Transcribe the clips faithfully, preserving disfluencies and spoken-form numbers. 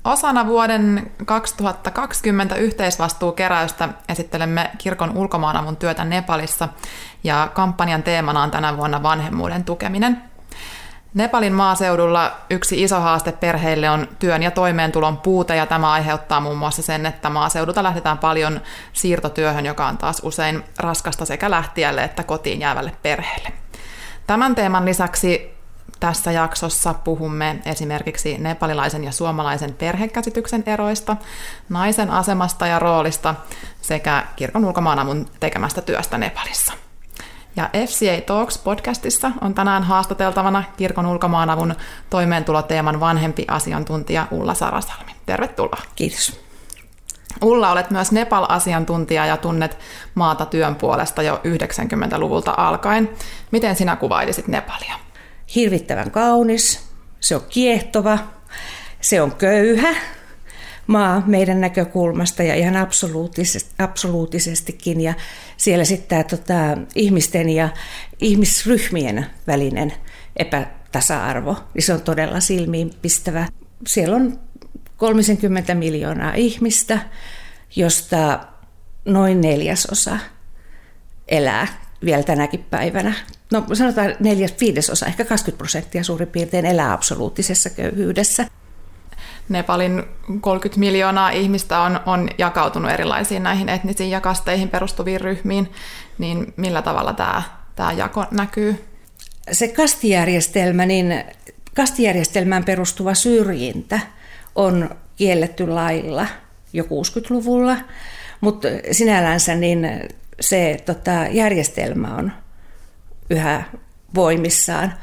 Osana vuoden kaksituhattakaksikymmentä yhteisvastuukeräystä esittelemme kirkon ulkomaanavun työtä Nepalissa ja kampanjan teemana on tänä vuonna vanhemmuuden tukeminen. Nepalin maaseudulla yksi iso haaste perheille on työn ja toimeentulon puute ja tämä aiheuttaa muun muassa sen, että maaseudulta lähdetään paljon siirtotyöhön, joka on taas usein raskasta sekä lähtijälle että kotiin jäävälle perheelle. Tämän teeman lisäksi tässä jaksossa puhumme esimerkiksi nepalilaisen ja suomalaisen perhekäsityksen eroista, naisen asemasta ja roolista sekä kirkon ulkomaanavun tekemästä työstä Nepalissa. Ja F C A Talks podcastissa on tänään haastateltavana kirkon ulkomaanavun toimeentuloteeman vanhempi asiantuntija Ulla Sarasalmi. Tervetuloa. Kiitos. Ulla, olet myös Nepal-asiantuntija ja tunnet maata työn puolesta jo yhdeksänkymmentäluvulta alkaen. Miten sinä kuvailisit Nepalia? Hirvittävän kaunis, se on kiehtova, se on köyhä maa meidän näkökulmasta ja ihan absoluuttisesti, absoluuttisestikin. Ja siellä sitten tota, ihmisten ja ihmisryhmien välinen epätasa-arvo, niin se on todella silmiinpistävä. Siellä on kolmekymmentä miljoonaa ihmistä, josta noin neljäsosa elää vielä tänäkin päivänä. No sanotaan neljäs, viidesosa, ehkä kaksikymmentä prosenttia suurin piirtein elää absoluuttisessa köyhyydessä. Nepalin kolmekymmentä miljoonaa ihmistä on, on jakautunut erilaisiin näihin etnisiin ja kasteihin perustuviin ryhmiin, niin millä tavalla tämä, tämä jako näkyy? Se kastijärjestelmä, niin kastijärjestelmään perustuva syrjintä on kielletty lailla jo kuusikymmentäluvulla, mutta sinällänsä niin se tota, järjestelmä on yhä voimissaan.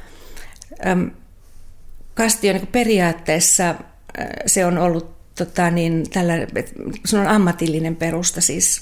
Kasti on niin periaatteessa, se on ollut tota, niin, tällä, se on ammatillinen perusta siis.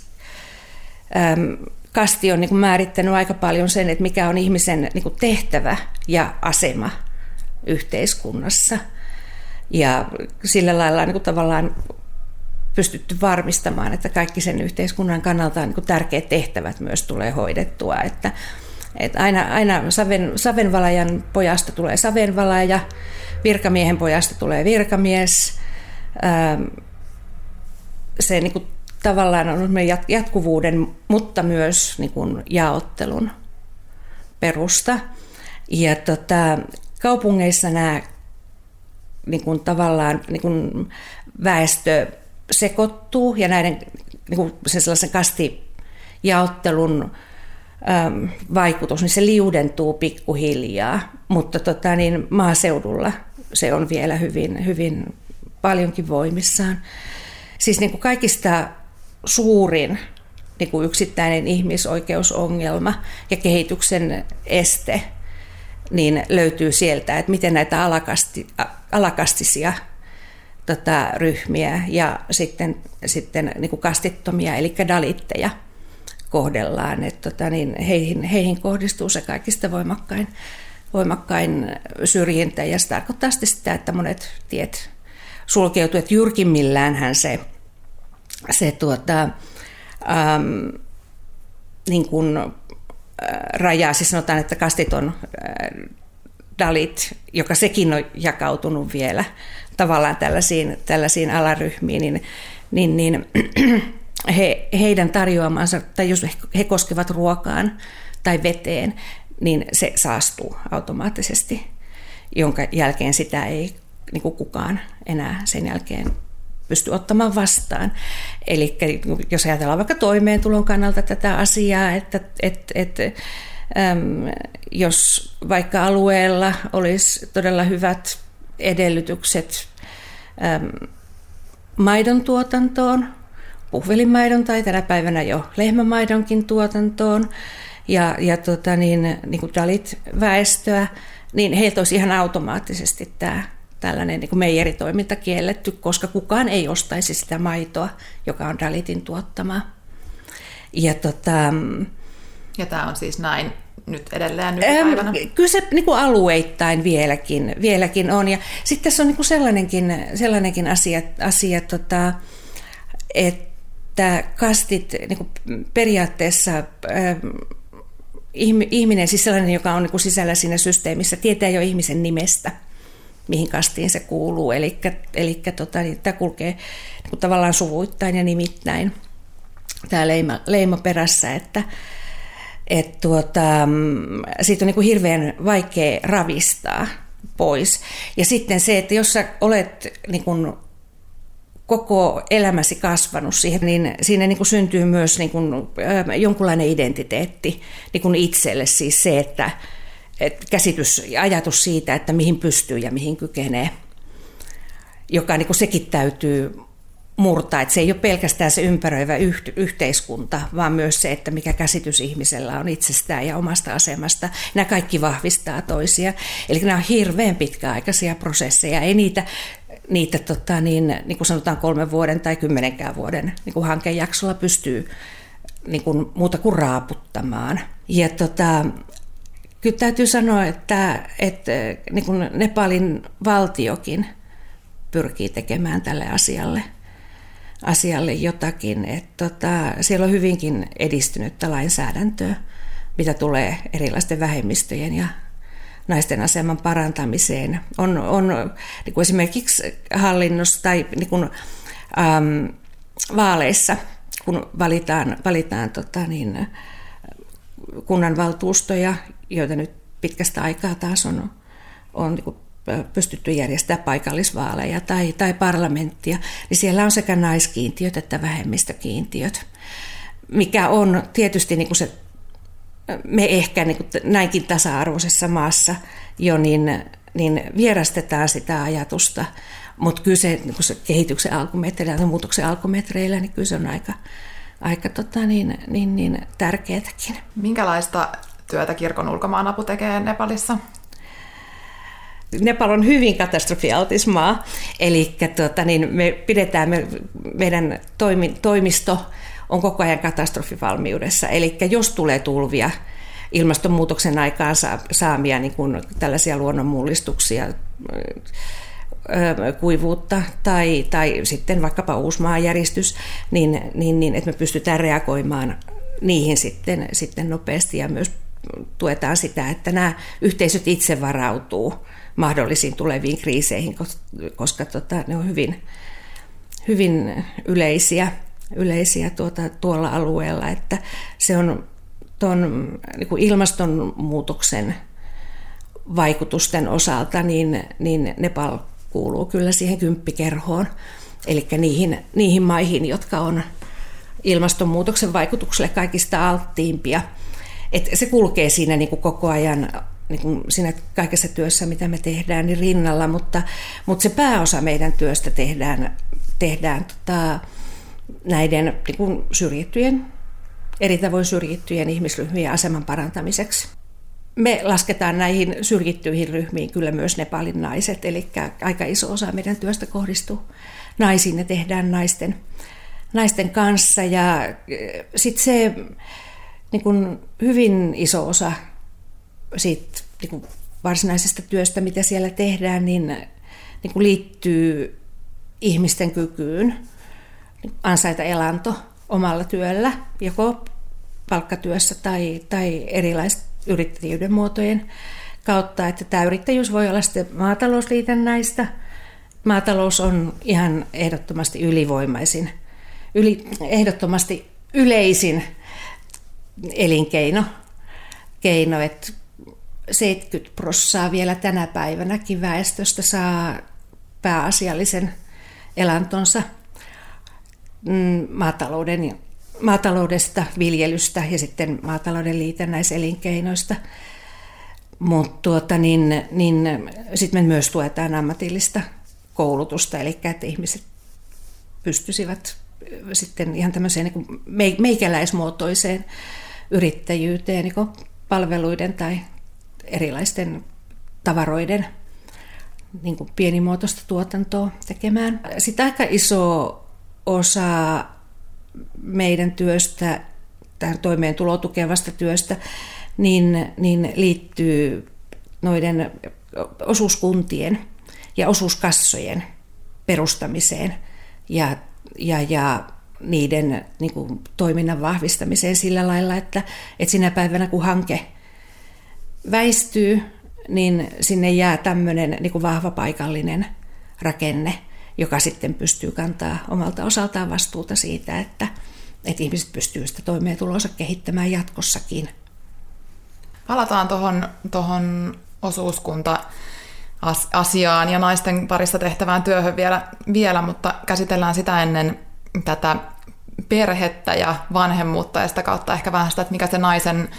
Kasti on niin kuin määrittänyt aika paljon sen, että mikä on ihmisen niin kuin tehtävä ja asema yhteiskunnassa. Ja sillä lailla niin kuin tavallaan pystytty varmistamaan, että kaikki sen yhteiskunnan kannalta niin kuin tärkeät tehtävät myös tulee hoidettua. Että, että aina aina saven, savenvalajan pojasta tulee savenvalaja, virkamiehen pojasta tulee virkamies. Se niin kuin tavallaan on jatkuvuuden, mutta myös niin kuin jaottelun perusta. Ja tota, kaupungeissa nämä niin kuin tavallaan niin kuin väestö sekoittuu ja näiden niin kuin sen sellaisen kastijaottelun äm, vaikutus, niin se liudentuu pikkuhiljaa, mutta tota, niin maaseudulla se on vielä hyvin, hyvin paljonkin voimissaan. Siis niin kuin kaikista suurin niin kuin yksittäinen ihmisoikeusongelma ja kehityksen este niin löytyy sieltä, että miten näitä alakasti, alakastisia tota, ryhmiä ja sitten, sitten niin kuin kastittomia, eli dalitteja kohdellaan. Että, tota, niin heihin, heihin kohdistuu se kaikista voimakkain, voimakkain syrjintä, ja se tarkoittaa sitä, että monet tiet sulkeutuu, että jyrkimmilläänhän se, se tuota, äm, niin kuin, rajaa, siis sanotaan, että kastiton dalit, joka sekin on jakautunut vielä tavallaan tällaisiin, tällaisiin alaryhmiin, niin, niin, niin he, heidän tarjoamansa, tai jos he koskevat ruokaan tai veteen, niin se saastuu automaattisesti, jonka jälkeen sitä ei niin kuin kukaan enää sen jälkeen pysty ottamaan vastaan. Eli jos ajatellaan vaikka toimeentulon kannalta tätä asiaa, että, että, että äm, jos vaikka alueella olisi todella hyvät edellytykset äm, maidon tuotantoon, puhvelinmaidon tai tänä päivänä jo lehmämaidonkin tuotantoon, ja, ja tota niin, niin kuin dalit-väestöä, niin heiltä olisi ihan automaattisesti tämä tällainen niin kuin meijeritoiminta kielletty, koska kukaan ei ostaisi sitä maitoa, joka on dalitin tuottamaa. Ja, tota, ja tämä on siis näin nyt edelleen nykypäivänä? Kyllä se niin kuin alueittain vieläkin, vieläkin on. Ja sitten tässä on niin kuin sellainenkin, sellainenkin asia, asia tota, että kastit niin kuin periaatteessa ihminen, siis sellainen, joka on niin kuin sisällä siinä systeemissä, tietää jo ihmisen nimestä. mihin kastiin se kuuluu. Eli, eli tota, niin, tämä kulkee niin tavallaan suvuittain ja nimittäin tämä leima, leima perässä, että et tuota, siitä on niin kuin hirveän vaikea ravistaa pois. Ja sitten se, että jos sä olet niin kuin koko elämäsi kasvanut siihen, niin siinä niin kuin syntyy myös niin kuin, äh, jonkunlainen identiteetti niin kuin itselle. Siis se, että, että käsitys ja ajatus siitä, että mihin pystyy ja mihin kykenee, joka niin kuin sekin täytyy murtaa. Että se ei ole pelkästään se ympäröivä yhteiskunta, vaan myös se, että mikä käsitys ihmisellä on itsestään ja omasta asemasta. Nämä kaikki vahvistaa toisia. Eli nämä on hirveän pitkäaikaisia prosesseja. Ei niitä, niitä tota niin, niin kuin sanotaan kolmen vuoden tai kymmenenkään vuoden niin kuin hankejaksolla pystyy niin kuin muuta kuin raaputtamaan. Ja tota, kyllä täytyy sanoa, että, että niin kuin Nepalin valtiokin pyrkii tekemään tälle asialle. asialle jotakin. Että tota, siellä on hyvinkin edistynyttä lainsäädäntöä, mitä tulee erilaisten vähemmistöjen ja naisten aseman parantamiseen. On, on niin kuin esimerkiksi hallinnossa tai niin kuin, äm, vaaleissa, kun valitaan, valitaan tota, niin, kunnanvaltuustoja, joita nyt pitkästä aikaa taas on, on niin kuin pystytty järjestämään paikallisvaaleja tai, tai parlamenttia, niin siellä on sekä naiskiintiöt että vähemmistökiintiöt, mikä on tietysti niin kuin se, me ehkä niin kuin näinkin tasa-arvoisessa maassa jo niin, niin vierastetaan sitä ajatusta, mutta kyllä se, niin kuin se kehityksen alkumetreillä ja muutoksen alkumetreillä, niin kyllä se on aika, aika tota niin, niin, niin tärkeätäkin. Minkälaista työtä kirkon ulkomaanapu tekee Nepalissa? Nepal on hyvin katastrofialtis maa, eli tuota, niin me pidetään, me, meidän toimi, toimisto on koko ajan katastrofivalmiudessa, eli jos tulee tulvia, ilmastonmuutoksen aikaan saamia niin kuin tällaisia luonnonmullistuksia, kuivuutta tai, tai sitten vaikkapa uusi maanjäristys, niin, niin, niin että me pystytään reagoimaan niihin sitten, sitten nopeasti ja myös tuetaan sitä, että nämä yhteisöt itse varautuu mahdollisiin tuleviin kriiseihin, koska tota, ne on hyvin, hyvin yleisiä, yleisiä tuota, tuolla alueella. Että se on tuon niin kuin ilmastonmuutoksen vaikutusten osalta, niin, niin Nepal kuuluu kyllä siihen kymppikerhoon, eli niihin, niihin maihin, jotka on ilmastonmuutoksen vaikutukselle kaikista alttiimpia. Et se kulkee siinä niin kuin koko ajan niin kuin siinä kaikessa työssä, mitä me tehdään, niin rinnalla, mutta, mutta se pääosa meidän työstä tehdään, tehdään tota, näiden niin kuin syrjittyjen, eri tavoin syrjittyjen ihmisryhmien aseman parantamiseksi. Me lasketaan näihin syrjittyihin ryhmiin kyllä myös Nepalin naiset, eli aika iso osa meidän työstä kohdistuu naisiin, ne tehdään naisten, naisten kanssa. Ja sitten se niin kuin hyvin iso osa siitä niin kuin varsinaisesta työstä, mitä siellä tehdään, niin, niin kuin liittyy ihmisten kykyyn ansaita elanto omalla työllä, joko palkkatyössä tai, tai erilaisten yrittäjyyden muotojen kautta. Että tämä yrittäjyys voi olla sitten maatalousliitännäistä. Maatalous on ihan ehdottomasti ylivoimaisin, yli, ehdottomasti yleisin elinkeino, keino, että seitsemänkymmentä prosenttia vielä tänä päivänäkin väestöstä saa pääasiallisen elantonsa maatalouden, maataloudesta, viljelystä ja sitten maatalouden liitännäiselinkeinoista. Mutta tuota, niin, niin, sitten me myös tuetaan ammatillista koulutusta, eli että ihmiset pystyisivät sitten ihan tämmöiseen niin kuin meikäläismuotoiseen yrittäjyyteen, niin kuin palveluiden tai erilaisten tavaroiden niin kuin pienimuotoista tuotantoa tekemään. Sitten aika iso osa meidän työstä, tähän toimeentuloa tukevasta työstä, niin, niin liittyy noiden osuuskuntien ja osuuskassojen perustamiseen ja, ja, ja niiden niin kuin, toiminnan vahvistamiseen sillä lailla, että, että sinä päivänä kun hanke väistyy, niin sinne jää tämmöinen niin kuin vahva paikallinen rakenne, joka sitten pystyy kantaa omalta osaltaan vastuuta siitä, että, että ihmiset pystyvät sitä toimeentulonsa kehittämään jatkossakin. Palataan tuohon tohon osuuskunta-asiaan ja naisten parissa tehtävään työhön vielä, vielä, mutta käsitellään sitä ennen tätä perhettä ja vanhemmuutta ja sitä kautta ehkä vähän sitä, että mikä se naisen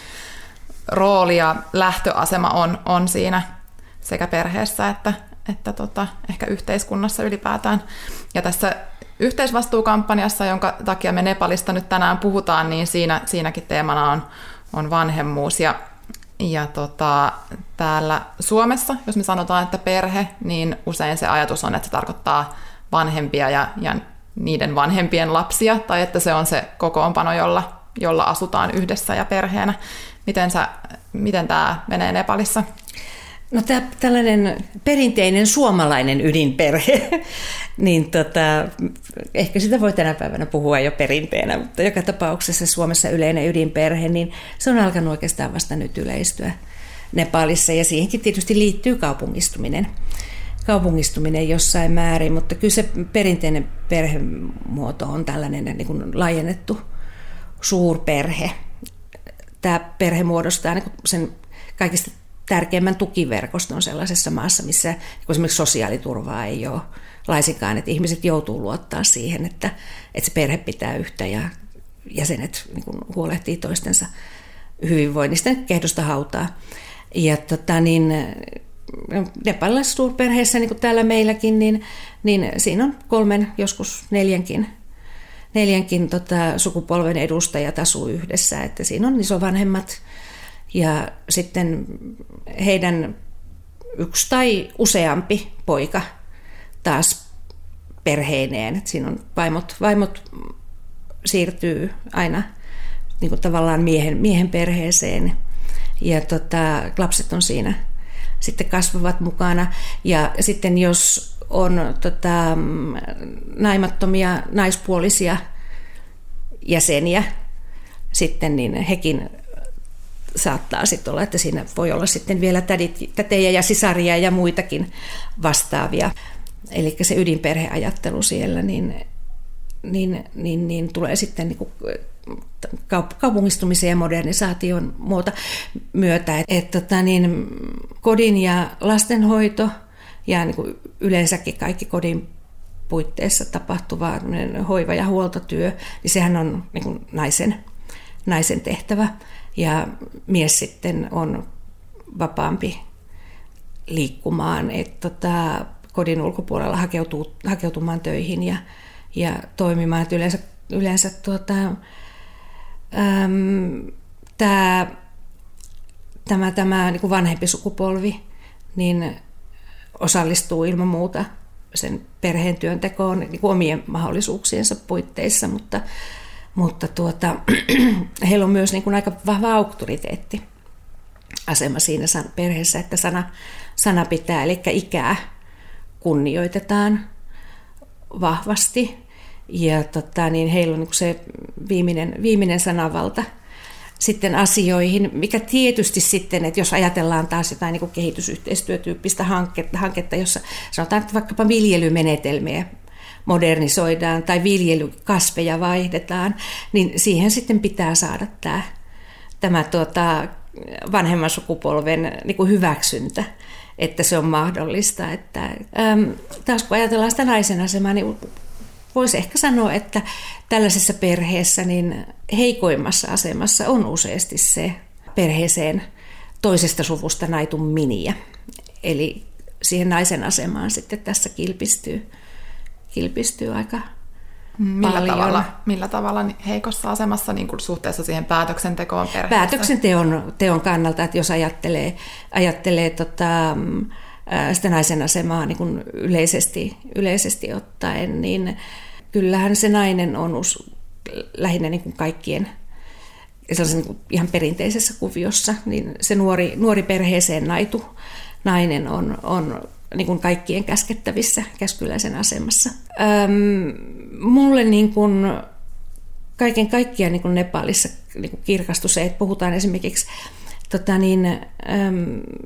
rooli ja lähtöasema on, on siinä sekä perheessä että, että tota, ehkä yhteiskunnassa ylipäätään. Ja tässä yhteisvastuukampanjassa, jonka takia me Nepalista nyt tänään puhutaan, niin siinä, siinäkin teemana on, on vanhemmuus. Ja, ja tota, täällä Suomessa, jos me sanotaan, että perhe, niin usein se ajatus on, että se tarkoittaa vanhempia ja, ja niiden vanhempien lapsia, tai että se on se kokoonpano, jolla, jolla asutaan yhdessä ja perheenä. Miten, sä, miten tämä menee Nepalissa? No tämä tällainen perinteinen suomalainen ydinperhe, niin tota, ehkä sitä voi tänä päivänä puhua jo perinteenä, mutta joka tapauksessa Suomessa yleinen ydinperhe, niin se on alkanut oikeastaan vasta nyt yleistyä Nepalissa, ja siihenkin tietysti liittyy kaupungistuminen. kaupungistuminen jossain määrin, mutta kyllä se perinteinen perhemuoto on tällainen niin kuin laajennettu suurperhe. Tämä perhe muodostaa niin kuin sen kaikista tärkeimmän tukiverkoston sellaisessa maassa, missä esimerkiksi sosiaaliturvaa ei ole laisinkaan, että ihmiset joutuu luottaa siihen, että, että se perhe pitää yhtä ja jäsenet niin kuin huolehtii toistensa hyvinvoinnista, kehdosta hautaa. Ja tota niin, nepalilaisessa suurperheessä, niin kuin täällä meilläkin, niin, niin siinä on kolmen, joskus neljänkin, neljänkin tota, sukupolven edustajat asuu yhdessä. Että siinä on isovanhemmat ja sitten heidän yksi tai useampi poika taas perheineen. Että siinä on vaimot, vaimot siirtyy aina niin kuin tavallaan miehen, miehen perheeseen ja tota, lapset on siinä sitten kasvavat mukana. Ja sitten jos on tota, naimattomia naispuolisia jäseniä, sitten niin hekin saattaa sitten olla, että siinä voi olla sitten vielä tädit, tätejä ja sisaria ja muitakin vastaavia. Eli se ydinperheajattelu siellä niin, niin, niin, niin tulee sitten niin kuin kaupungistumisen ja modernisaation muuta myötä. Et, tota, niin, kodin ja lastenhoito ja niin kuin yleensäkin kaikki kodin puitteissa tapahtuva hoiva- ja huoltotyö, niin sehän on niin kuin naisen, naisen tehtävä. Ja mies sitten on vapaampi liikkumaan, että tota, kodin ulkopuolella hakeutuu, hakeutumaan töihin ja, ja toimimaan. Et yleensä yleensä tuota, äm, tämä, tämä, tämä niin kuin vanhempi sukupolvi niin osallistuu ilman muuta sen perheen työntekoon niin kuin omien mahdollisuuksiensa puitteissa, mutta, mutta tuota, heillä on myös niin kuin aika vahva auktoriteetti asema siinä perheessä, että sana, sana pitää, eli ikää kunnioitetaan vahvasti. Ja tota, niin heillä on niin se viimeinen, viimeinen sananvalta sitten asioihin, mikä tietysti sitten, että jos ajatellaan taas jotain niin kuin kehitysyhteistyötyyppistä hanketta, hanketta, jossa sanotaan, että vaikkapa viljelymenetelmiä modernisoidaan tai viljelykasveja vaihdetaan, niin siihen sitten pitää saada tämä, tämä tuota, vanhemman sukupolven niin kuin hyväksyntä, että se on mahdollista. Että, äm, taas kun ajatellaan sitä naisen asemaa, niin voisi ehkä sanoa, että tällaisessa perheessä niin heikoimmassa asemassa on useasti se perheeseen toisesta suvusta naitun miniä. Eli siihen naisen asemaan sitten tässä kilpistyy, kilpistyy aika millä paljon. Tavalla, millä tavalla heikossa asemassa niin kuin suhteessa siihen päätöksentekoon perheessä? Päätöksenteon teon kannalta, että jos ajattelee, ajattelee tota, sitä naisen asemaa niin kuin yleisesti, yleisesti ottaen, niin kyllähän se nainen on us, lähinnä niin kuin kaikkien niin kuin ihan perinteisessä kuviossa, niin se nuori, nuori perheeseen naitu nainen on, on niin kuin kaikkien käskettävissä käskyläisen asemassa. Öm, mulle niin kuin kaiken kaikkiaan niin kuin Nepalissa niin kuin kirkastui se, että puhutaan esimerkiksi tota niin, öm,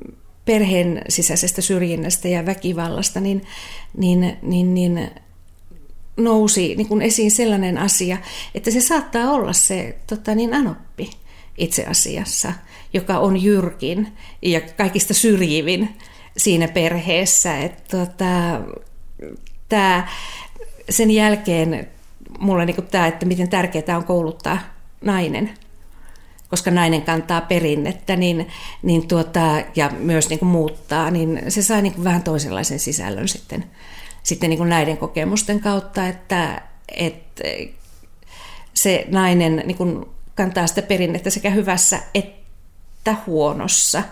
perheen sisäisestä syrjinnästä ja väkivallasta, niin, niin, niin, niin nousi niin kuin esiin sellainen asia, että se saattaa olla se tota, niin anoppi itse asiassa, joka on jyrkin ja kaikista syrjivin siinä perheessä. Että, tota, tää, sen jälkeen mulle niin kuin tämä, että miten tärkeää on kouluttaa nainen, koska nainen kantaa perinnettä niin, niin tuota, ja myös niin kuin muuttaa, niin se sai niin kuin vähän toisenlaisen sisällön sitten, sitten niin kuin näiden kokemusten kautta, että, että se nainen niin kuin kantaa sitä perinnettä sekä hyvässä että huonossa.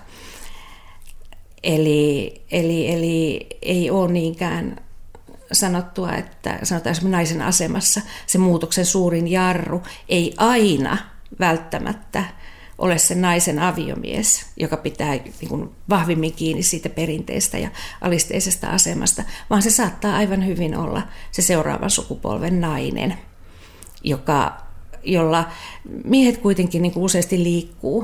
Eli, eli, eli ei ole niinkään sanottua, että sanotaan naisen asemassa se muutoksen suurin jarru ei aina välttämättä ole se naisen aviomies, joka pitää niin kuin vahvimmin kiinni siitä perinteestä ja alisteisesta asemasta, vaan se saattaa aivan hyvin olla se seuraavan sukupolven nainen, joka, jolla miehet kuitenkin niin kuin useasti liikkuu,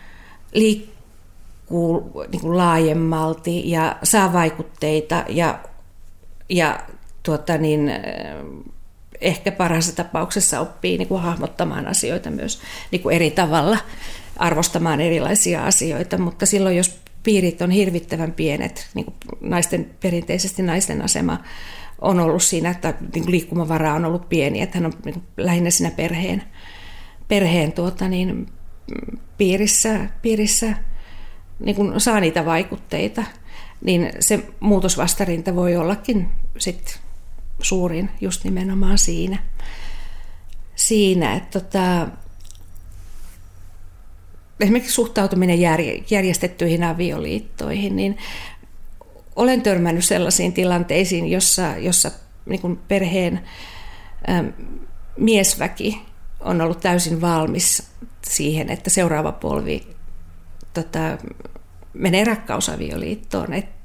liikkuu niin kuin laajemmalti ja saa vaikutteita ja, ja tuota niin, ehkä parhaassa tapauksessa oppii niin kuin hahmottamaan asioita myös niin kuin eri tavalla, arvostamaan erilaisia asioita, mutta silloin jos piirit on hirvittävän pienet, niin kuin naisten, perinteisesti naisten asema on ollut siinä, että niin kuin liikkumavara on ollut pieni, että hän on niin kuin lähinnä siinä perheen, perheen tuota niin, piirissä, piirissä niin kuin saa niitä vaikutteita, niin se muutosvastarinta voi ollakin sitten suurin just nimenomaan siinä, siinä että tota, esimerkiksi suhtautuminen järjestettyihin avioliittoihin, niin olen törmännyt sellaisiin tilanteisiin, jossa, jossa niin kuin perheen äm, miesväki on ollut täysin valmis siihen, että seuraava polvi tota, menee rakkausavioliittoon, että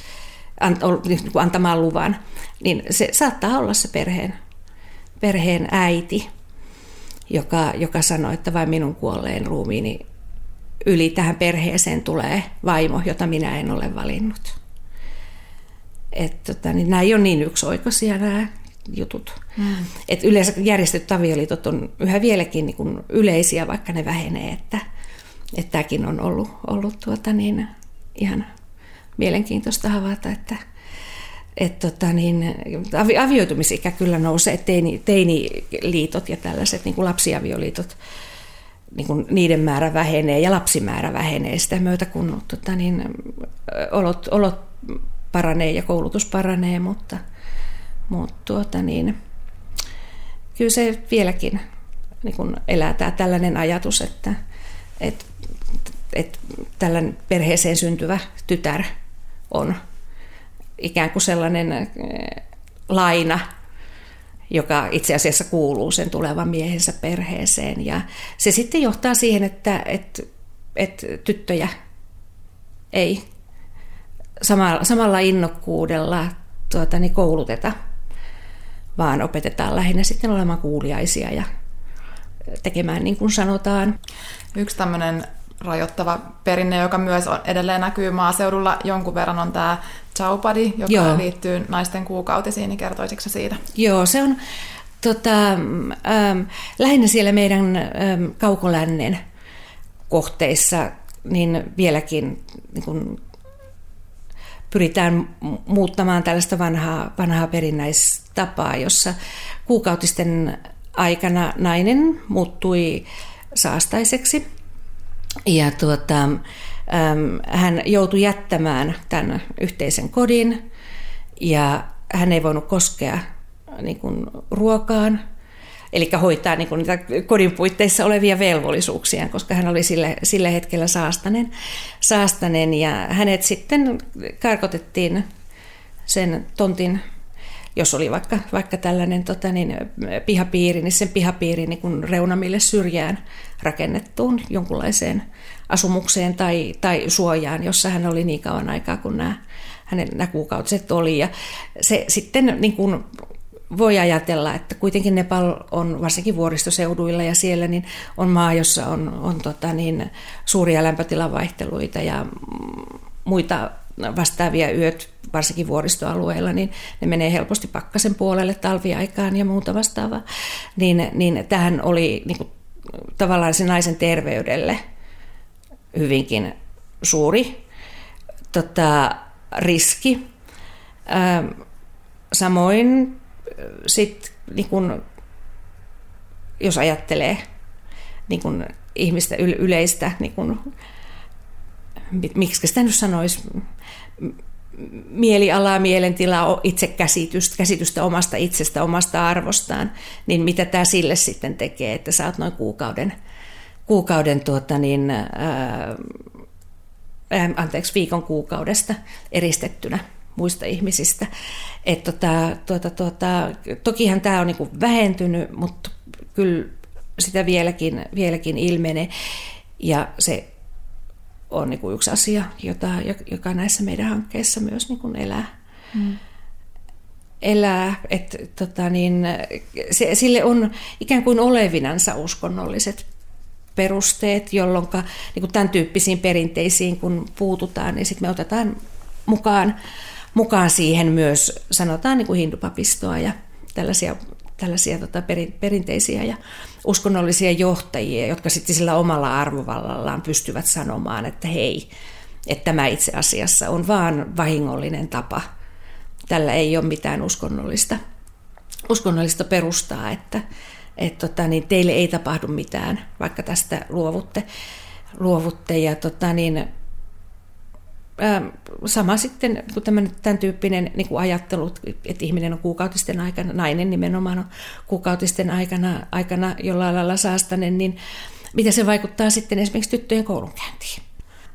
antamaan luvan, niin se saattaa olla se perheen, perheen äiti, joka, joka sanoo, että vain minun kuolleen ruumiini yli tähän perheeseen tulee vaimo, jota minä en ole valinnut. Et, tota, niin nämä ei ole niin yksioikoisia nämä jutut. Mm. Et yleensä järjestetyt avioliitot on yhä vieläkin niin kuin yleisiä, vaikka ne vähenee, että, että tämäkin on ollut, ollut tuota niin, ihan mielenkiintoista havaita, että et tota niin, avioitumisikä kyllä nousee, teini, teiniliitot ja tällaiset niin kuin lapsiavioliitot, niin kuin niiden määrä vähenee ja lapsimäärä vähenee sitä myötä, kun tota niin, olot, olot paranee ja koulutus paranee, mutta, mutta tuota niin, kyllä se vieläkin niin kuin elää tämä tällainen ajatus, että, että, että tällainen perheeseen syntyvä tytär on ikään kuin sellainen laina, joka itse asiassa kuuluu sen tulevan miehensä perheeseen. Ja se sitten johtaa siihen, että, että, että tyttöjä ei samalla, samalla innokkuudella tuota, niin kouluteta, vaan opetetaan lähinnä sitten olemaan kuuliaisia ja tekemään niin kuin sanotaan. Yksi tämmöinen rajoittava perinne, joka myös on, edelleen näkyy maaseudulla jonkun verran, on tämä chaupadi, joka Joo. liittyy naisten kuukautisiin, niin kertoisitko siitä? Joo, se on tota, ähm, lähinnä siellä meidän ähm, kaukolännen kohteissa, niin vieläkin niin kun pyritään muuttamaan tällaista vanhaa, vanhaa perinnäistapaa, jossa kuukautisten aikana nainen muuttui saastaiseksi. Ja tuota, hän joutui jättämään tämän yhteisen kodin ja hän ei voinut koskea niin kuin, ruokaan, eli hoitaa niin kuin, niitä kodin puitteissa olevia velvollisuuksia, koska hän oli sille, sillä hetkellä saastanen, saastanen ja hänet sitten karkotettiin sen tontin, jos oli vaikka, vaikka tällainen tota, niin, pihapiiri, niin sen pihapiirin niin kuin reunamille syrjään rakennettuun jonkunlaiseen asumukseen tai, tai suojaan, jossa hän oli niin kauan aikaa, kun nämä, hänen nämä kuukautiset oli. Ja se sitten niin kuin voi ajatella, että kuitenkin Nepal on varsinkin vuoristoseuduilla ja siellä niin on maa, jossa on, on tota, niin, suuria lämpötilavaihteluita ja muita vastaavia yöt, varsinkin vuoristoalueilla, niin ne menee helposti pakkasen puolelle talviaikaan ja muuta vastaavaa. Niin, niin tämähän oli niin kuin, tavallaan se naisen terveydelle hyvinkin suuri tota, riski. Ähm, samoin sit, niin kun, jos ajattelee niin kun ihmistä yleistä, niin kun, miksi sitä nyt sanoisi, mielialaa, mielentilaa, itsekäsitystä, käsitystä omasta itsestä, omasta arvostaan, niin mitä tämä sille sitten tekee, että sä oot noin kuukauden, kuukauden tuota niin, ää, anteeksi, viikon kuukaudesta eristettynä muista ihmisistä. Et tota, tuota, tuota, tokihan tämä on niinku vähentynyt, mutta kyllä sitä vieläkin, vieläkin ilmenee. Ja se on niinku yksi asia, jota, joka näissä meidän hankkeissa myös niinku elää. Hmm. elää et, tota niin, se, sille on ikään kuin olevinansa uskonnolliset perusteet, jolloin niin tämän tyyppisiin perinteisiin, kun puututaan, niin sitten me otetaan mukaan, mukaan siihen myös, sanotaan niin kuin hindupapistoa ja tällaisia, tällaisia tota, perinteisiä ja uskonnollisia johtajia, jotka sitten sillä omalla arvovallallaan pystyvät sanomaan, että hei, että tämä itse asiassa on vaan vahingollinen tapa. Tällä ei ole mitään uskonnollista, uskonnollista perustaa, että että tota, niin teille ei tapahdu mitään, vaikka tästä luovutte. luovutte ja, tota, niin, ää, sama sitten kun tämän tyyppinen niin kuin ajattelu, että ihminen on kuukautisten aikana, nainen nimenomaan on kuukautisten aikana, aikana jollain lailla saastainen, niin mitä se vaikuttaa sitten esimerkiksi tyttöjen koulunkäyntiin?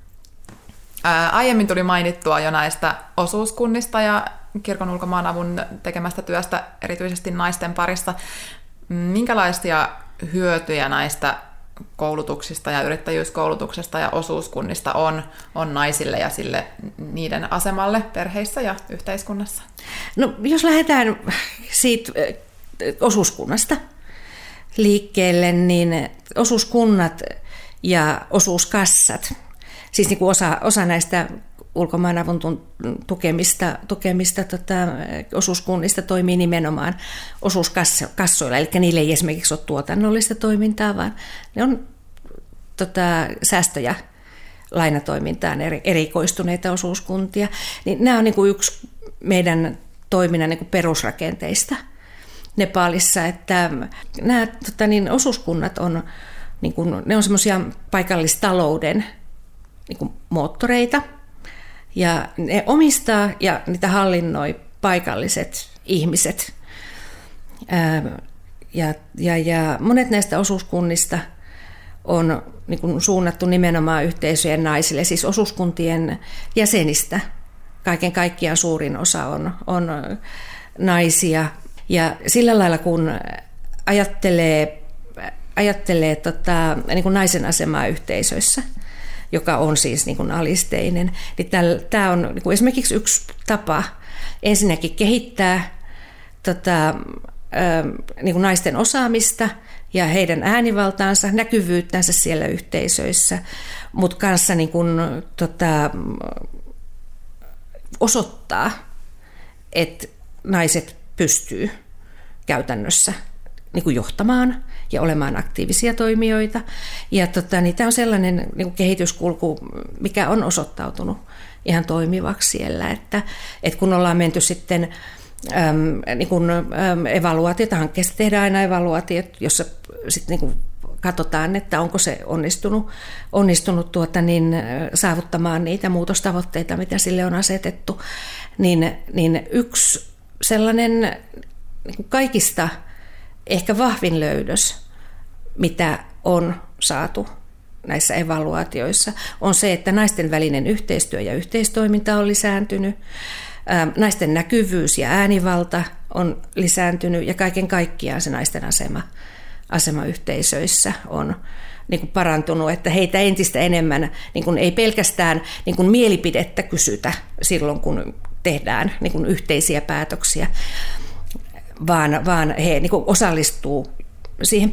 Ää, aiemmin tuli mainittua jo näistä osuuskunnista ja kirkon ulkomaanavun tekemästä työstä erityisesti naisten parissa. Minkälaisia hyötyjä näistä koulutuksista ja yrittäjyyskoulutuksesta ja osuuskunnista on, on naisille ja sille niiden asemalle perheissä ja yhteiskunnassa? No, jos lähdetään siitä osuuskunnasta liikkeelle, niin osuuskunnat ja osuuskassat, siis niin kuin osa, osa näistä ulkomaanavun tukemista, tukemista tota, osuuskunnista toimii nimenomaan osuuskassoilla, eli niille ei esimerkiksi ole tuotannollista toimintaa, vaan ne on tota, säästö- ja lainatoimintaan erikoistuneita osuuskuntia. Niin nämä on niin kuin yksi meidän toiminnan niin kuin perusrakenteista Nepalissa, että nämä tota, niin osuuskunnat on, niin kuin, ne on semmoisia paikallistalouden niin kuin moottoreita, ja ne omistaa ja niitä hallinnoi paikalliset ihmiset. Ja, ja, ja monet näistä osuuskunnista on niin kuin suunnattu nimenomaan yhteisöjen naisille, siis osuuskuntien jäsenistä. Kaiken kaikkiaan suurin osa on, on naisia. Ja sillä lailla kun ajattelee, ajattelee tota, niin kuin naisen asemaa yhteisöissä, joka on siis niin kuin alisteinen, niin tämä on niin kuin esimerkiksi yksi tapa ensinnäkin kehittää tota, niin kuin naisten osaamista ja heidän äänivaltaansa, näkyvyyttänsä siellä yhteisöissä, mutta kanssa niin kuin, tota, osoittaa, että naiset pystyy käytännössä niin kuin johtamaan ja olemaan aktiivisia toimijoita. Ja tota, niin tämä on sellainen niin kuin kehityskulku, mikä on osoittautunut ihan toimivaksi siellä, että, että kun ollaan menty sitten äm, niin kuin, äm, evaluaatiota, hankkeesta tehdään aina evaluaatiot, jossa sitten niin kuin katsotaan, että onko se onnistunut, onnistunut tuota, niin, saavuttamaan niitä muutostavoitteita, mitä sille on asetettu, niin, niin yksi sellainen niin kuin kaikista ehkä vahvin löydös, mitä on saatu näissä evaluaatioissa, on se, että naisten välinen yhteistyö ja yhteistoiminta on lisääntynyt, naisten näkyvyys ja äänivalta on lisääntynyt ja kaiken kaikkiaan se naisten asema, asema yhteisöissä on niin kuin parantunut, että heitä entistä enemmän niin kuin ei pelkästään niin kuin mielipidettä kysytä silloin, kun tehdään niin kuin yhteisiä päätöksiä, vaan, vaan he niin kuin osallistuu siihen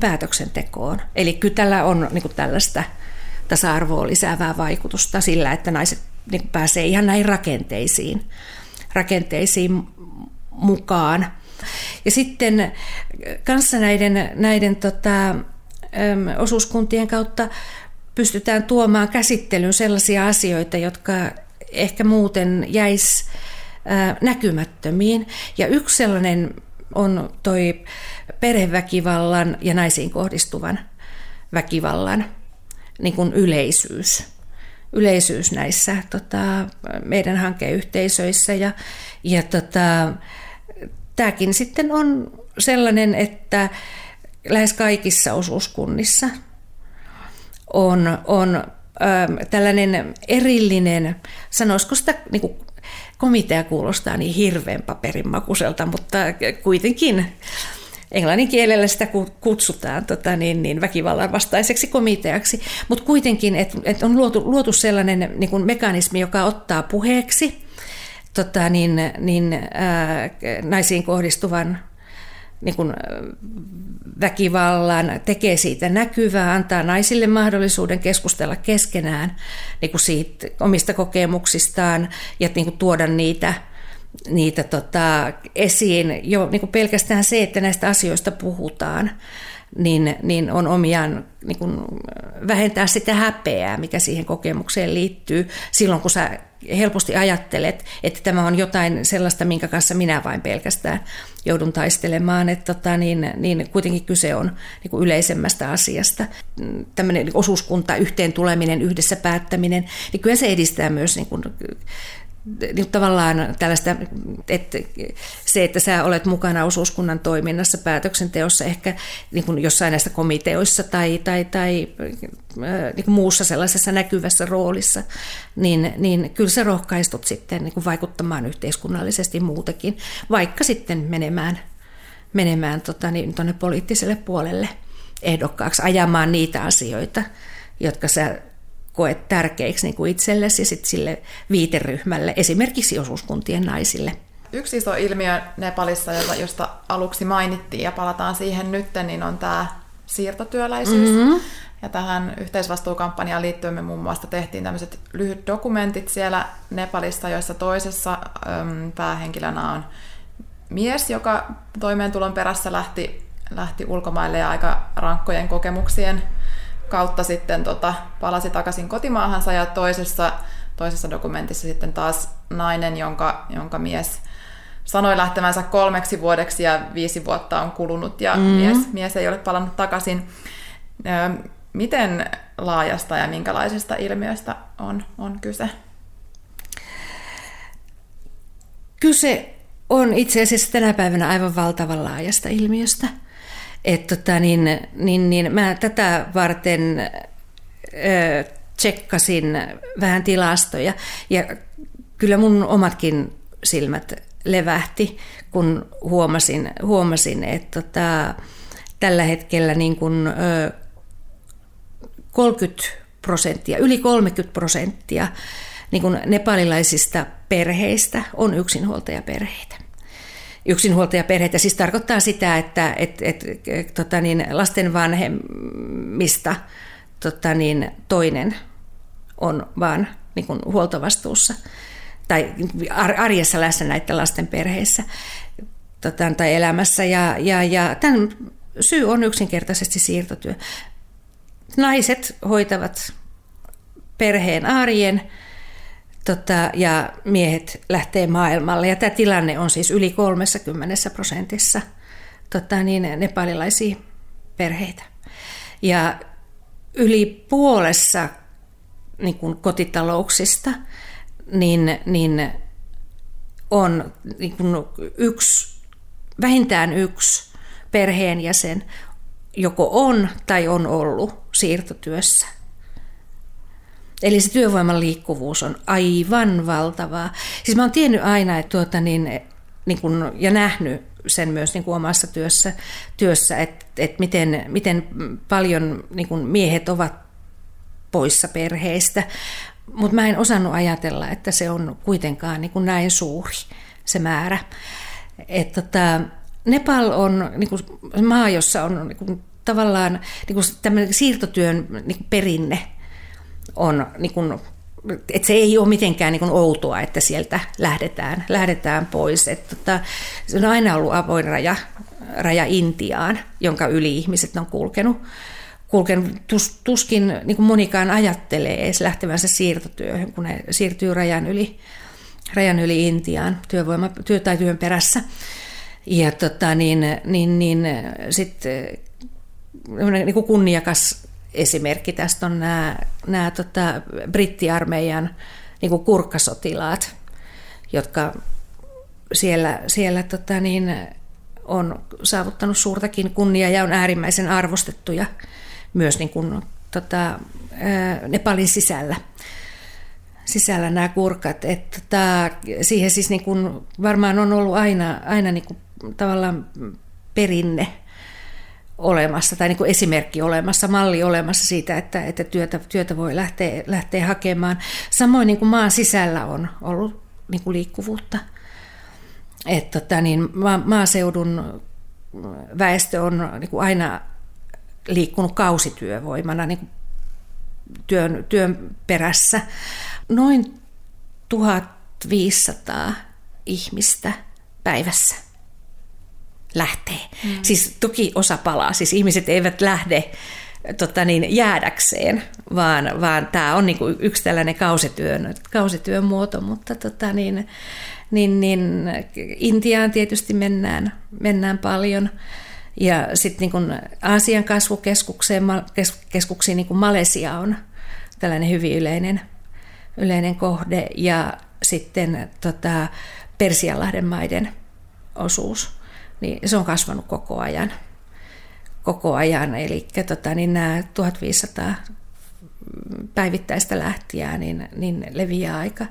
päätöksentekoon. Eli kyllä tällä on niin kuin tällaista tasa-arvoa lisäävää vaikutusta sillä, että naiset niin kuin pääsee ihan näihin rakenteisiin, rakenteisiin mukaan. Ja sitten kanssa näiden, näiden tota, osuuskuntien kautta pystytään tuomaan käsittelyyn sellaisia asioita, jotka ehkä muuten jäisi näkymättömiin. Ja yksi sellainen on toi perheväkivallan ja naisiin kohdistuvan väkivallan niin kuin yleisyys. Yleisyys näissä tota, meidän hankeyhteisöissä. Ja, ja tota, tämäkin sitten on sellainen, että lähes kaikissa osuuskunnissa on, on ä, tällainen erillinen, sanoisiko sitä niin kuin komitea kuulostaa niin hirveän paperinmakuiselta, mutta kuitenkin englannin kielellä sitä kutsutaan tota, niin, niin väkivallan vastaiseksi komiteaksi, mutta kuitenkin, että et on luotu, luotu sellainen niin kuin mekanismi, joka ottaa puheeksi tota, niin, niin, ää, naisiin kohdistuvan niin kuin väkivallan, tekee siitä näkyvää, antaa naisille mahdollisuuden keskustella keskenään niin kuin siitä omista kokemuksistaan ja niin kuin tuoda niitä, niitä tota, esiin. Jo niin kuin pelkästään se, että näistä asioista puhutaan, niin, niin on omiaan niin kuin vähentää sitä häpeää, mikä siihen kokemukseen liittyy silloin, kun sä helposti ajattelet, että tämä on jotain sellaista, minkä kanssa minä vain pelkästään joudun taistelemaan, että tota, niin, niin kuitenkin kyse on niin kuin yleisemmästä asiasta. Tämmöinen niin osuuskunta, yhteen tuleminen, yhdessä päättäminen, niin kyllä se edistää myös niin kuin, niin tavallaan tällaista, että se, että sä olet mukana osuuskunnan toiminnassa, päätöksenteossa, ehkä niin kuin jossain näistä komiteoissa tai, tai, tai niin kuin muussa sellaisessa näkyvässä roolissa, niin, niin kyllä sä rohkaistut sitten niin kuin vaikuttamaan yhteiskunnallisesti muutenkin, vaikka sitten menemään, menemään tota, niin, tuonne poliittiselle puolelle ehdokkaaksi, ajamaan niitä asioita, jotka sä koet tärkeiksi niin kuin itsellesi ja sitten sille viiteryhmälle, esimerkiksi osuuskuntien naisille. Yksi iso ilmiö Nepalissa, josta aluksi mainittiin ja palataan siihen nyt, niin on tämä siirtotyöläisyys. Mm-hmm. Ja tähän yhteisvastuukampanjaan liittyen me muun muassa tehtiin tämmöiset lyhyt dokumentit siellä Nepalissa, joissa toisessa äm, päähenkilönä on mies, joka toimeentulon perässä lähti, lähti ulkomaille ja aika rankkojen kokemuksien kautta sitten tota, palasi takaisin kotimaahansa, ja toisessa, toisessa dokumentissa sitten taas nainen, jonka, jonka mies sanoi lähtevänsä kolmeksi vuodeksi ja viisi vuotta on kulunut ja mm-hmm. mies, mies ei ole palannut takaisin. Miten laajasta ja minkälaisesta ilmiöstä on, on kyse? Kyse on itse asiassa tänä päivänä aivan valtavan laajasta ilmiöstä. Että tota, niin, niin, niin, mä tätä varten ö, tsekkasin vähän tilastoja ja kyllä mun omatkin silmät levähti, kun huomasin, huomasin että tota, tällä hetkellä niin kun, ö, kolmekymmentä prosenttia, yli kolmekymmentä prosenttia niin kun nepalilaisista perheistä on yksinhuoltajaperheitä. Yksinhuoltajaperheitä siis tarkoittaa sitä, että et, et, et, tota niin, lasten vanhemmista tota niin, toinen on vaan niin kuin huoltovastuussa tai arjessa läsnä näiden lasten perheissä tota, tai elämässä. Ja, ja, ja tämän syy on yksinkertaisesti siirtotyö. Naiset hoitavat perheen arjen, Tota, ja miehet lähtee maailmalle. Ja tämä tilanne on siis yli kolmekymmentä prosentissa tota, niin, nepalilaisia perheitä. Ja yli puolessa niin kuin kotitalouksista niin, niin on niin kuin yksi, vähintään yksi perheenjäsen joko on tai on ollut siirtotyössä. Eli se työvoiman liikkuvuus on aivan valtavaa. Siis mä oon tiennyt aina, että tuota niin, niin kun, ja nähnyt sen myös niin kuin omassa työssä, työssä että, että miten, miten paljon niin kun miehet ovat poissa perheistä. Mutta mä en osannut ajatella, että se on kuitenkaan niin kun näin suuri se määrä. Et tota, Nepal on niin kun maa, jossa on niin kun, tavallaan niin kun tämmöinen siirtotyön niin kun perinne on niin kuin että se ei ole mitenkään niin kuin outoa, että sieltä lähdetään, lähdetään pois. Että tota, se on aina ollut avoin raja, raja Intiaan, jonka yli ihmiset on kulkenut. kulkenut. Tus, tuskin niin kuin monikaan ajattelee edes lähtevänsä siirtotyöhön, kun ne siirtyy rajan yli, rajan yli Intiaan työvoima, työ tai työn perässä. Ja tota, niin, niin, niin sitten niin kuin kunniakas esimerkki tästä on nämä, nämä tota, brittiarmeijan niin kuin kurkkasotilaat, jotka siellä, siellä tota, niin, on saavuttanut suurtakin kunniaa ja on äärimmäisen arvostettuja myös niin kuin, tota, Nepalin sisällä. sisällä nämä kurkat. Että, tota, siihen siis niin kuin, varmaan on ollut aina, aina niin kuin, tavallaan perinne olemassa tai niin kuin esimerkki olemassa, malli olemassa siitä, että, että työtä, työtä voi lähteä, lähteä hakemaan. Samoin niin kuin maan sisällä on ollut niin kuin liikkuvuutta. Että, tota, niin, ma- maaseudun väestö on niin kuin aina liikkunut kausityövoimana niin kuin työn, työn perässä. Noin tuhatviisisataa ihmistä päivässä lähtee. Mm. Siis toki osa palaa, siis ihmiset eivät lähde tota niin, jäädäkseen, vaan, vaan tämä on niinku yksi tällainen kausityön, kausityön muoto, mutta tota niin, niin, niin, Intiaan tietysti mennään, mennään paljon. Ja sitten niin Aasian kasvukeskukseen, keskuksiin niin kuin Malesia on tällainen hyvin yleinen, yleinen kohde, ja sitten tota, Persianlahden maiden osuus, niin se on kasvanut koko ajan. Koko ajan, eli tota, niin nämä tuhatviisisataa päivittäistä lähtijää niin, niin leviää aika,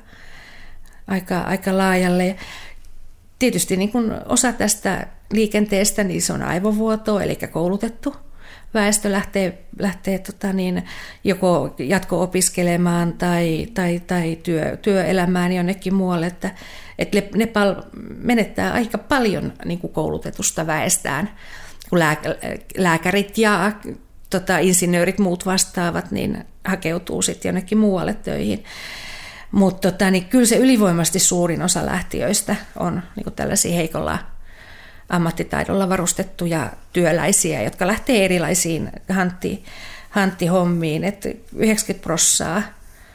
aika, aika laajalle. Tietysti niin kuin osa tästä liikenteestä niin se on aivovuotoa, eli koulutettu väestö lähtee, lähtee tota niin, joko jatko-opiskelemaan tai, tai, tai työ, työelämään jonnekin muualle. Että, että Nepal menettää aika paljon niin kuin koulutetusta väestään, kun lääkärit ja tota, insinöörit, muut vastaavat, niin hakeutuu sitten jonnekin muualle töihin. Mutta tota, niin kyllä se ylivoimaisesti suurin osa lähtiöistä on niin kuin tällaisia heikolla ammattitaidolla varustettuja työläisiä, jotka lähtee erilaisiin hantti, hanttihommiin. Et yhdeksänkymmentä prosenttia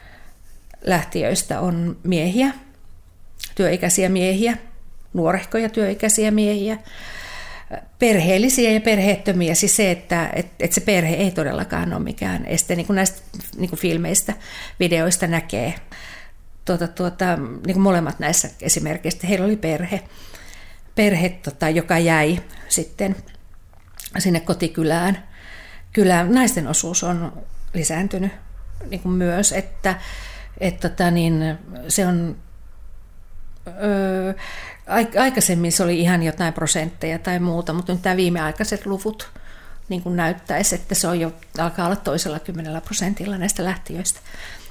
lähtiöistä on miehiä, työikäisiä miehiä, nuorehkoja työikäisiä miehiä, perheellisiä ja perheettömiä. Siis se, että et, et se perhe ei todellakaan ole mikään este, niin kuin näistä niin kuin filmeistä, videoista näkee. Tuota, tuota, niin kuin molemmat näissä esimerkiksi, heillä oli perhe, perhe tota, joka jäi sitten sinne kotikylään. Kylään. Naisten osuus on lisääntynyt niin kuin myös, että et, tota, niin, se on öö, aikaisemmin se oli ihan jotain prosentteja tai muuta, mutta nyt tämä viimeaikaiset luvut niin kuin näyttäisi, että se on jo, alkaa olla toisella kymmenellä prosentilla näistä lähtiöistä.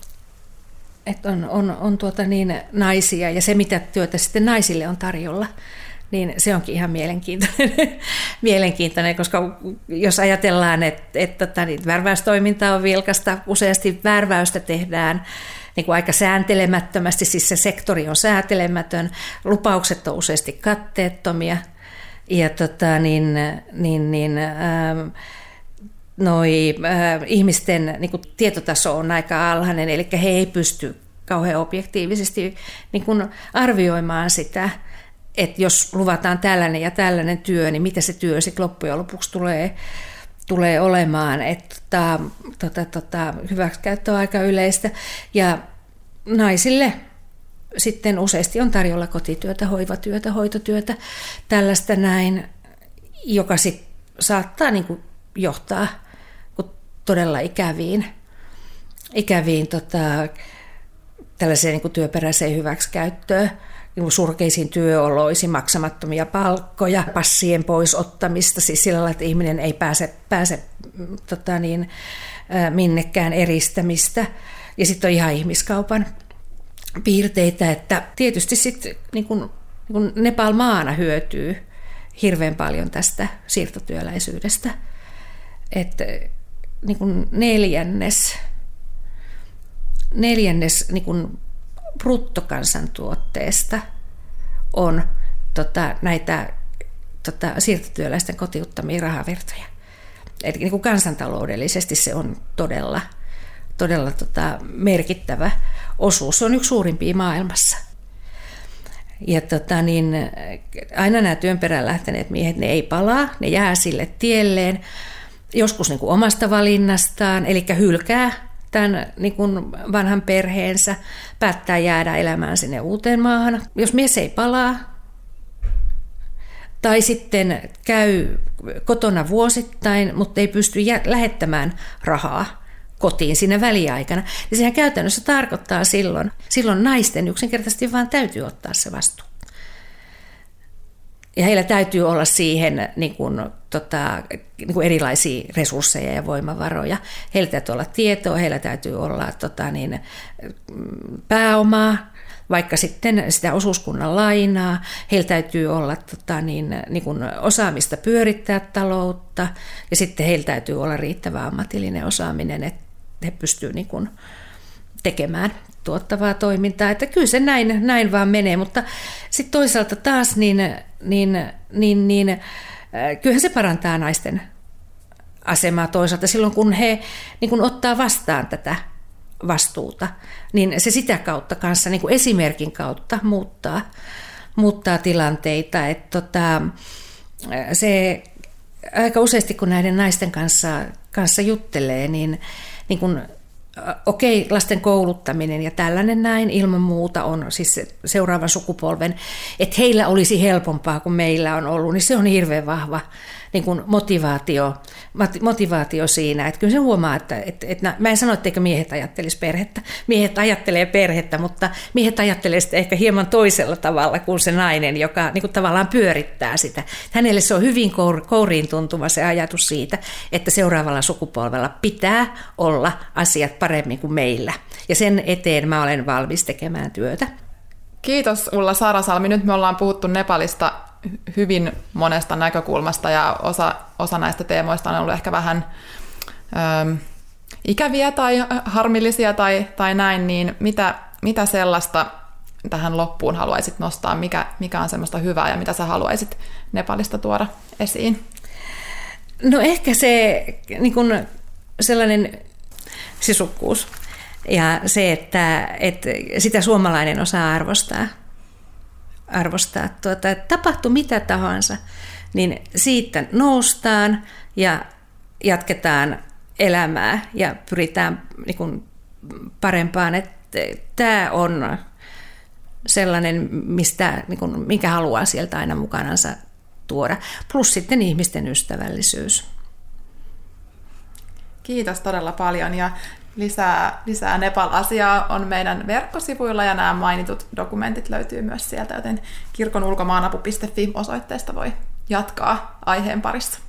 Että on, on, on tuota niin, naisia, ja se mitä työtä sitten naisille on tarjolla, niin se onkin ihan mielenkiintoinen, mielenkiintoinen koska jos ajatellaan, että, että, että niin, värväystoiminta on vilkasta, useasti värväystä tehdään niin kuin aika sääntelemättömästi, siis se sektori on säätelemätön, lupaukset on useasti katteettomia, ja tota, niin, niin, niin, ähm, noi, äh, ihmisten niin kuin tietotaso on aika alhainen, eli he ei pysty kauhean objektiivisesti niin kuin arvioimaan sitä, että jos luvataan tällainen ja tällainen työ, niin mitä se työ sitten loppujen lopuksi tulee, tulee olemaan. Että tota, tota, tota, hyväksikäyttö on aika yleistä. Ja naisille sitten useasti on tarjolla kotityötä, hoivatyötä, hoitotyötä, tällaista näin, joka sitten saattaa niin kuin johtaa todella ikäviin, ikäviin tota, tällaiseen niin kuin työperäiseen hyväksikäyttöön, niin surkeisiin työoloisiin, maksamattomia palkkoja, passien pois ottamista, siis sillä lailla, että ihminen ei pääse, pääse tota niin, minnekään eristämistä. Ja sitten on ihan ihmiskaupan piirteitä, että tietysti sitten niin kuin, niin kuin Nepal maana hyötyy hirveän paljon tästä siirtotyöläisyydestä. Että niin kuin neljännes neljännes niin kuin bruttokansantuotteesta on tota, näitä tota, siirtotyöläisten kotiuttamia rahavirtoja. Eli niin kuin kansantaloudellisesti se on todella, todella tota, merkittävä osuus. Se on yksi suurimpia maailmassa. Ja tota, niin, aina nämä työn perään lähteneet miehet, ne ei palaa, ne jää sille tielleen, joskus niin kuin omasta valinnastaan, eli hylkää tämän niin kuin vanhan perheensä, päättää jäädä elämään sinne uuteen maahan. Jos mies ei palaa, tai sitten käy kotona vuosittain, mutta ei pysty lähettämään rahaa kotiin siinä väliaikana, niin sehän käytännössä tarkoittaa silloin, silloin naisten yksinkertaisesti vaan täytyy ottaa se vastuu. Ja heillä täytyy olla siihen niin kuin, tota, niin kuin erilaisia resursseja ja voimavaroja. Heillä täytyy olla tietoa, heillä täytyy olla tota, niin, pääomaa, vaikka sitten sitä osuuskunnan lainaa. Heillä täytyy olla tota, niin, niin kuin osaamista pyörittää taloutta ja sitten heillä täytyy olla riittävä ammatillinen osaaminen, että he pystyvät niin kuin tekemään tuottavaa toimintaa. Että kyllä se näin, näin vaan menee, mutta sitten toisaalta taas niin, niin, niin, niin, kyllähän se parantaa naisten asemaa toisaalta silloin, kun he niin kun ottaa vastaan tätä vastuuta, niin se sitä kautta kanssa niin kuin esimerkin kautta muuttaa, muuttaa tilanteita. Että tota, se aika useasti, kun näiden naisten kanssa, kanssa juttelee, niin, niin kun, okei, lasten kouluttaminen ja tällainen näin ilman muuta on siis seuraavan sukupolven, että heillä olisi helpompaa kuin meillä on ollut, niin se on hirveän vahva niin kuin motivaatio, motivaatio siinä. Että kyllä se huomaa, että, että, että mä en sano, etteikö miehet ajattelisi perhettä. Miehet ajattelee perhettä, mutta miehet ajattelee sitä ehkä hieman toisella tavalla kuin se nainen, joka niin kuin tavallaan pyörittää sitä. Hänelle se on hyvin kouriin tuntuva se ajatus siitä, että seuraavalla sukupolvella pitää olla asiat paremmin kuin meillä. Ja sen eteen mä olen valmis tekemään työtä. Kiitos Ulla Sarasalmi. Nyt me ollaan puhuttu Nepalista hyvin monesta näkökulmasta ja osa, osa näistä teemoista on ollut ehkä vähän ö, ikäviä tai harmillisia tai, tai näin, niin mitä, mitä sellaista tähän loppuun haluaisit nostaa, mikä, mikä on semmoista hyvää ja mitä sä haluaisit Nepalista tuoda esiin? No ehkä se niin kun sellainen sisukkuus ja se, että, että sitä suomalainen osaa arvostaa. arvostaa tuota, että tapahtui mitä tahansa, niin siitä noustaan ja jatketaan elämää ja pyritään niin kuin parempaan. Että tämä on sellainen, mistä, niin kuin, minkä haluaa sieltä aina mukanansa tuoda. Plus sitten ihmisten ystävällisyys. Kiitos todella paljon ja Lisää, lisää Nepal-asiaa on meidän verkkosivuilla ja nämä mainitut dokumentit löytyy myös sieltä, joten kirkonulkomaanapu piste fi osoitteesta voi jatkaa aiheen parissa.